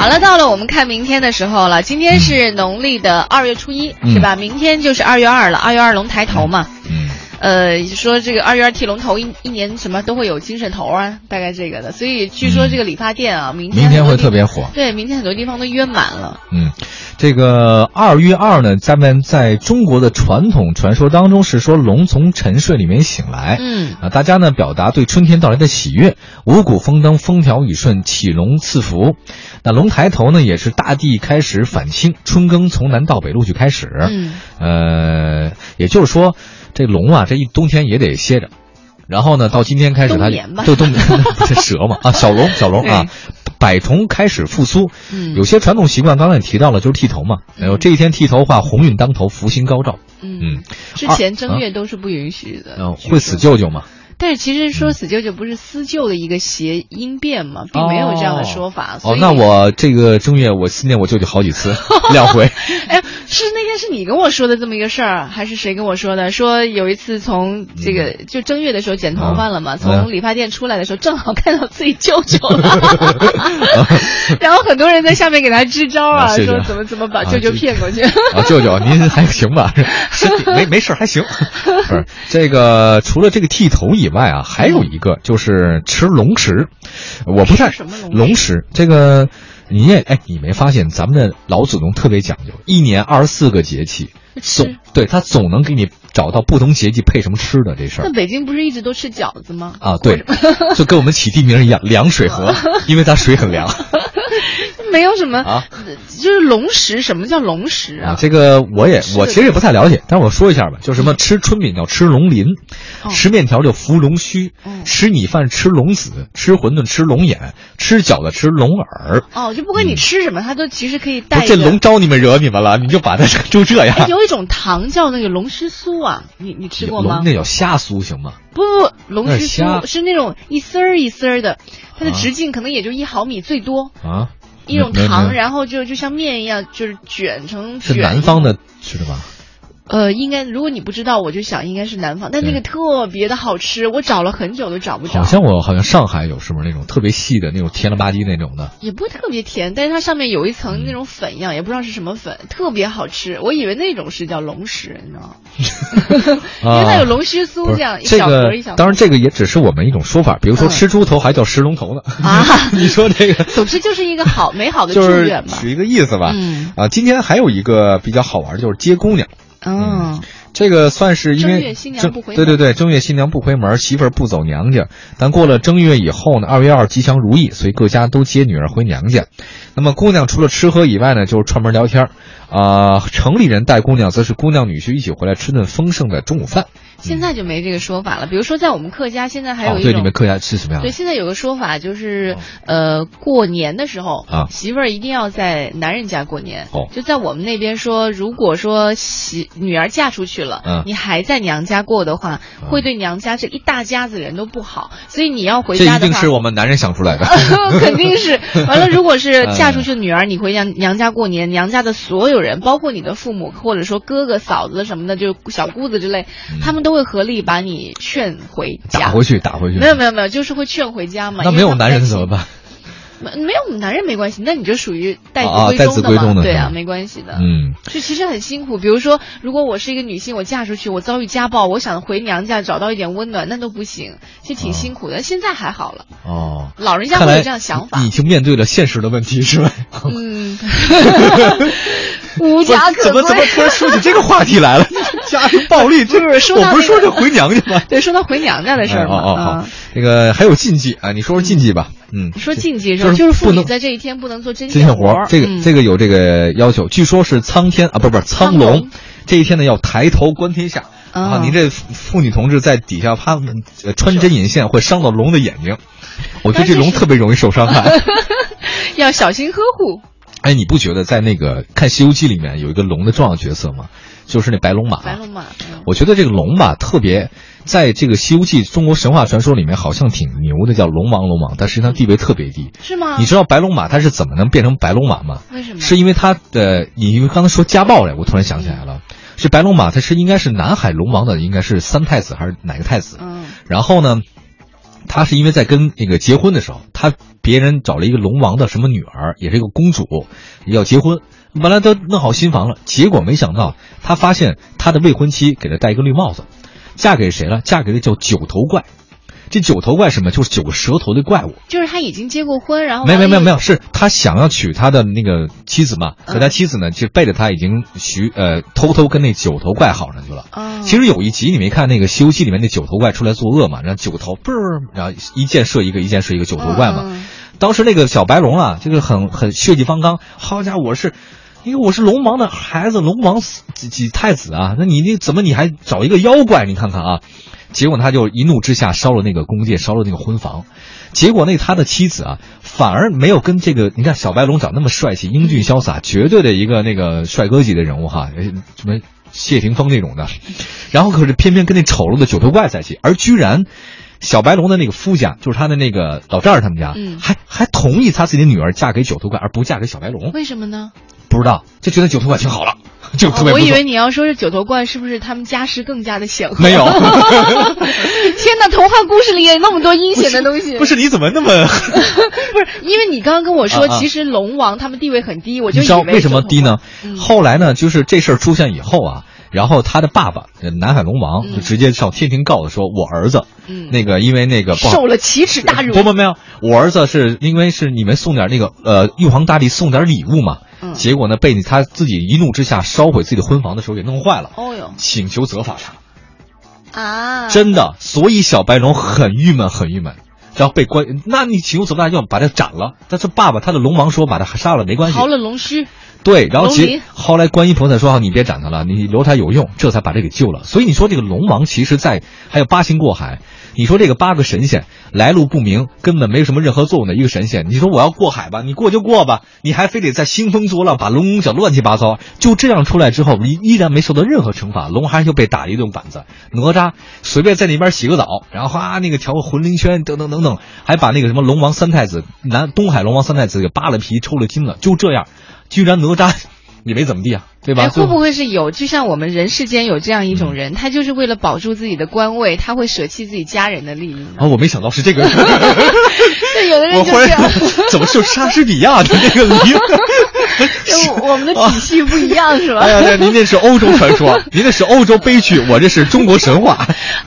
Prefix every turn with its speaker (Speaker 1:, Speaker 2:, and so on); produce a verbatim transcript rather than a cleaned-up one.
Speaker 1: 好了，到了我们看明天的时候了。今天是农历的二月初一，嗯、是吧？明天就是二月二了，二月二龙抬头嘛。
Speaker 2: 嗯。
Speaker 1: 呃，说这个二月二剃龙头，一一年什么都会有精神头啊，大概这个的。所以据说这个理发店啊，明天
Speaker 2: 明天会特别火。
Speaker 1: 对，明天很多地方都约满了。
Speaker 2: 嗯。这个二月二呢，咱们在中国的传统传说当中是说龙从沉睡里面醒来，
Speaker 1: 嗯
Speaker 2: 啊，大家呢表达对春天到来的喜悦，五谷丰登，风调雨顺，启龙赐福。那龙抬头呢，也是大地开始返青，春耕从南到北陆续开始。
Speaker 1: 嗯，
Speaker 2: 呃，也就是说，这龙啊，这一冬天也得歇着。然后呢，到今天开始它就冬眠，这蛇嘛啊，小龙小龙啊，百虫开始复苏。
Speaker 1: 嗯，
Speaker 2: 有些传统习惯，刚才也提到了，就是剃头嘛。然后这一天剃头的话，鸿运当头，福星高照。
Speaker 1: 嗯嗯，之前正月都是不允许的。
Speaker 2: 嗯、啊，会死舅舅吗？
Speaker 1: 但是其实说死舅舅不是思旧的一个谐音变嘛，并没有这样的说法。
Speaker 2: 哦，那我这个正月我思念我舅舅好几次，两回。
Speaker 1: 哎，是那天是你跟我说的这么一个事儿，还是谁跟我说的？说有一次从这个、嗯、就正月的时候剪头发了嘛，嗯、从理发店出来的时候，正好看到自己舅舅了，然后很多人在下面给他支招啊，啊是是说怎么怎么把舅舅骗过去。
Speaker 2: 啊，舅舅您还行吧？身体没没事还行。不是这个，除了这个剃头以外啊，还有一个就是吃龙食。我不太
Speaker 1: 什么
Speaker 2: 龙食这个。你也哎，你没发现咱们的老祖宗特别讲究，一年二十四个节气，总对他总能给你找到不同节气配什么吃的这事儿。
Speaker 1: 那北京不是一直都吃饺子吗？
Speaker 2: 啊，对，就跟我们起地名一样，凉水河，因为它水很凉。
Speaker 1: 没有什么
Speaker 2: 啊，
Speaker 1: 就是龙食。什么叫龙食啊？
Speaker 2: 啊这个我也我其实也不太了解，但是我说一下吧，就什么吃春饼叫吃龙鳞，
Speaker 1: 哦、
Speaker 2: 吃面条就服龙须，
Speaker 1: 哦、
Speaker 2: 吃米饭吃龙子，吃馄饨吃龙眼，吃饺子吃龙耳。
Speaker 1: 哦，就不管你吃什么，嗯、它都其实可以带。
Speaker 2: 这龙招你们惹你们了，你就把它就这样。
Speaker 1: 有一种糖叫那个龙须酥啊，你你吃过吗？
Speaker 2: 那叫虾酥行吗？
Speaker 1: 不不，龙须酥是那种一丝儿一丝儿的，它的直径可能也就一毫米最多
Speaker 2: 啊。
Speaker 1: 一种糖，然后就就像面一样，就是卷成卷。
Speaker 2: 是南方的吃的吧？
Speaker 1: 呃，应该如果你不知道，我就想应该是南方，但那个特别的好吃，我找了很久都找不着。
Speaker 2: 好像我好像上海有，是不是那种特别细的那种甜了吧唧那种的？
Speaker 1: 也不特别甜，但是它上面有一层那种粉一样，嗯、也不知道是什么粉，特别好吃。我以为那种是叫龙食，你知道吗？因为它有龙须酥这样一小盒一小盒。
Speaker 2: 当然，这个也只是我们一种说法，比如说吃猪头还叫食龙头呢。
Speaker 1: 啊，
Speaker 2: 你说这个，
Speaker 1: 总之就是一个好美好的祝愿吧，
Speaker 2: 是一个意思吧？
Speaker 1: 嗯
Speaker 2: 啊，今天还有一个比较好玩的就是接姑娘。
Speaker 1: 嗯，
Speaker 2: 这个算是因为
Speaker 1: 正月新娘不回门，
Speaker 2: 对对对，正月新娘不回门，媳妇儿不走娘家。但过了正月以后呢，二月二吉祥如意，所以各家都接女儿回娘家。那么姑娘除了吃喝以外呢，就是串门聊天啊、呃。城里人带姑娘，则是姑娘女婿一起回来吃顿丰盛的中午饭。
Speaker 1: 现在就没这个说法了。比如说，在我们客家，现在还有一种、
Speaker 2: 哦、对你们客家是什么样？
Speaker 1: 对，现在有个说法就是，哦、呃，过年的时候
Speaker 2: 啊，
Speaker 1: 媳妇儿一定要在男人家过年。
Speaker 2: 哦，
Speaker 1: 就在我们那边说，如果说媳女儿嫁出去了，
Speaker 2: 嗯，
Speaker 1: 你还在娘家过的话，嗯、会对娘家这一大家子人都不好。所以你要回家的话，
Speaker 2: 这一定是我们男人想出来的，
Speaker 1: 肯定是。完了，如果是嫁出去的女儿，你回娘娘家过年，娘家的所有人，包括你的父母，或者说哥哥嫂子什么的，就小姑子之类，嗯、他们都会合力把你。你劝回家，
Speaker 2: 打回去，打回去。
Speaker 1: 没有没有没有，就是会劝回家嘛。
Speaker 2: 那没有男人怎么办？
Speaker 1: 没没有男人没关系，那你就属于带子
Speaker 2: 归宗的嘛，带子归宗的，
Speaker 1: 对啊，没关系的。
Speaker 2: 嗯，
Speaker 1: 就其实很辛苦。比如说，如果我是一个女性，我嫁出去，我遭遇家暴，我想回娘家找到一点温暖，那都不行，其实挺辛苦的。哦、现在还好了。
Speaker 2: 哦，
Speaker 1: 老人家会有这样想法。
Speaker 2: 你已经面对了现实的问题是吧？
Speaker 1: 嗯。无家可归。
Speaker 2: 怎么怎么突然说起这个话题来了？家庭暴力，这
Speaker 1: 是说、
Speaker 2: 那个、我不是说这回娘家吗？
Speaker 1: 对，说到回娘家的事儿嘛。
Speaker 2: 哦哦好，那个还有禁忌啊，你说说禁忌吧。嗯，
Speaker 1: 说禁忌是吧？
Speaker 2: 就是
Speaker 1: 就是妇女在这一天不能做针
Speaker 2: 线活，这个、
Speaker 1: 嗯、
Speaker 2: 这个有这个要求。据说是苍天啊，不是不是苍龙，这一天呢要抬头观天下。
Speaker 1: 哦、
Speaker 2: 啊，您这妇女同志在底下他们穿针引线会伤到龙的眼睛，我觉得这龙特别容易受伤害，
Speaker 1: 要小心呵护。
Speaker 2: 哎，你不觉得在那个看《西游记》里面有一个龙的重要角色吗？就是那白龙马。
Speaker 1: 白龙马，嗯、
Speaker 2: 我觉得这个龙吧，特别在这个《西游记》中国神话传说里面好像挺牛的，叫龙王龙王，但实际上地位特别低。
Speaker 1: 是吗？
Speaker 2: 你知道白龙马它是怎么能变成白龙马吗？
Speaker 1: 为什么？
Speaker 2: 是因为它的，你因为刚才说家暴来，我突然想起来了，是白龙马，它是应该是南海龙王的，应该是三太子还是哪个太子？
Speaker 1: 嗯。
Speaker 2: 然后呢？ 他是因为在跟那个结婚的时候，他别人找了一个龙王的什么女儿，也是一个公主，要结婚，本来都弄好新房了，结果没想到他发现他的未婚妻给他戴一个绿帽子，嫁给谁了？嫁给了叫九头怪。这九头怪什么？就是九个蛇头的怪物。
Speaker 1: 就是他已经结过婚，然后
Speaker 2: 没有没有没有没有，是他想要娶他的那个妻子嘛，可他妻子呢就背着他已经徐呃偷偷跟那九头怪好上去了。
Speaker 1: 哦，
Speaker 2: 其实有一集你没看那个《西游记》里面那九头怪出来作恶嘛，然后九头嘣儿，然后一箭射一个，一箭射一个九头怪嘛。
Speaker 1: 嗯、
Speaker 2: 当时那个小白龙啊，这个很很血气方刚，好家伙，我是。因为我是龙王的孩子，龙王几几太子啊，那你那怎么你还找一个妖怪？你看看啊，结果他就一怒之下烧了那个宫殿，烧了那个婚房。结果那他的妻子啊，反而没有跟这个，你看小白龙长那么帅气、英俊潇洒，绝对的一个那个帅哥级的人物哈，什么谢霆锋那种的。然后可是偏偏跟那丑陋的九头怪在一起，而居然。小白龙的那个夫家，就是他的那个老丈人他们家，
Speaker 1: 嗯，
Speaker 2: 还还同意他自己的女儿嫁给九头怪，而不嫁给小白龙。
Speaker 1: 为什么呢？
Speaker 2: 不知道，就觉得九头怪挺好了，就特别不错。
Speaker 1: 哦，我以为你要说是九头怪，是不是他们家世更加的显赫？
Speaker 2: 没有。
Speaker 1: 天哪，童话故事里也有那么多阴险的东西。
Speaker 2: 不是，不是你怎么那么？
Speaker 1: 不是，因为你刚刚跟我说，
Speaker 2: 啊啊
Speaker 1: 其实龙王他们地位很低，我就以为
Speaker 2: 你知道为什么低呢？
Speaker 1: 嗯、
Speaker 2: 后来呢，就是这事儿出现以后啊。然后他的爸爸南海龙王就直接上天庭告的说，我儿子，
Speaker 1: 嗯，
Speaker 2: 那个因为那个不
Speaker 1: 受了奇耻大辱。
Speaker 2: 不不没有，我儿子是因为是你们送点那个呃玉皇大帝送点礼物嘛，
Speaker 1: 嗯，
Speaker 2: 结果呢被他自己一怒之下烧毁自己的婚房的时候给弄坏了，
Speaker 1: 哦哟，
Speaker 2: 请求责罚他，
Speaker 1: 啊，
Speaker 2: 真的，所以小白龙很郁闷很郁闷。然后被关，那你请求责罚要把他斩了。但是爸爸他的龙王说把他杀了没关系，
Speaker 1: 刨了龙须。
Speaker 2: 对，然后其后来观音菩萨说：“你别斩他了，你留他有用。”这才把这给救了。所以你说这个龙王，其实在还有八仙过海。你说这个八个神仙来路不明，根本没什么任何作用的一个神仙。你说我要过海吧，你过就过吧，你还非得在兴风作浪，把龙宫搅乱七八糟。就这样出来之后，依然没受到任何惩罚，龙还是被打了一顿板子。哪吒随便在那边洗个澡，然后哗那个调个魂灵圈，等等等等，还把那个什么龙王三太子南东海龙王三太子给扒了皮抽了筋了。就这样。居然哪吒也没怎么地啊，对吧？
Speaker 1: 哎，会不会是有，就像我们人世间有这样一种人，嗯、他就是为了保住自己的官位，他会舍弃自己家人的利益呢？
Speaker 2: 啊，我没想到是这个。
Speaker 1: 对，有的人就这样。
Speaker 2: 怎么就莎士比亚的那个理
Speaker 1: 由？我们的体系不一样，是吧？
Speaker 2: 哎呀，您那是欧洲传说，您那是欧洲悲剧，我这是中国神话。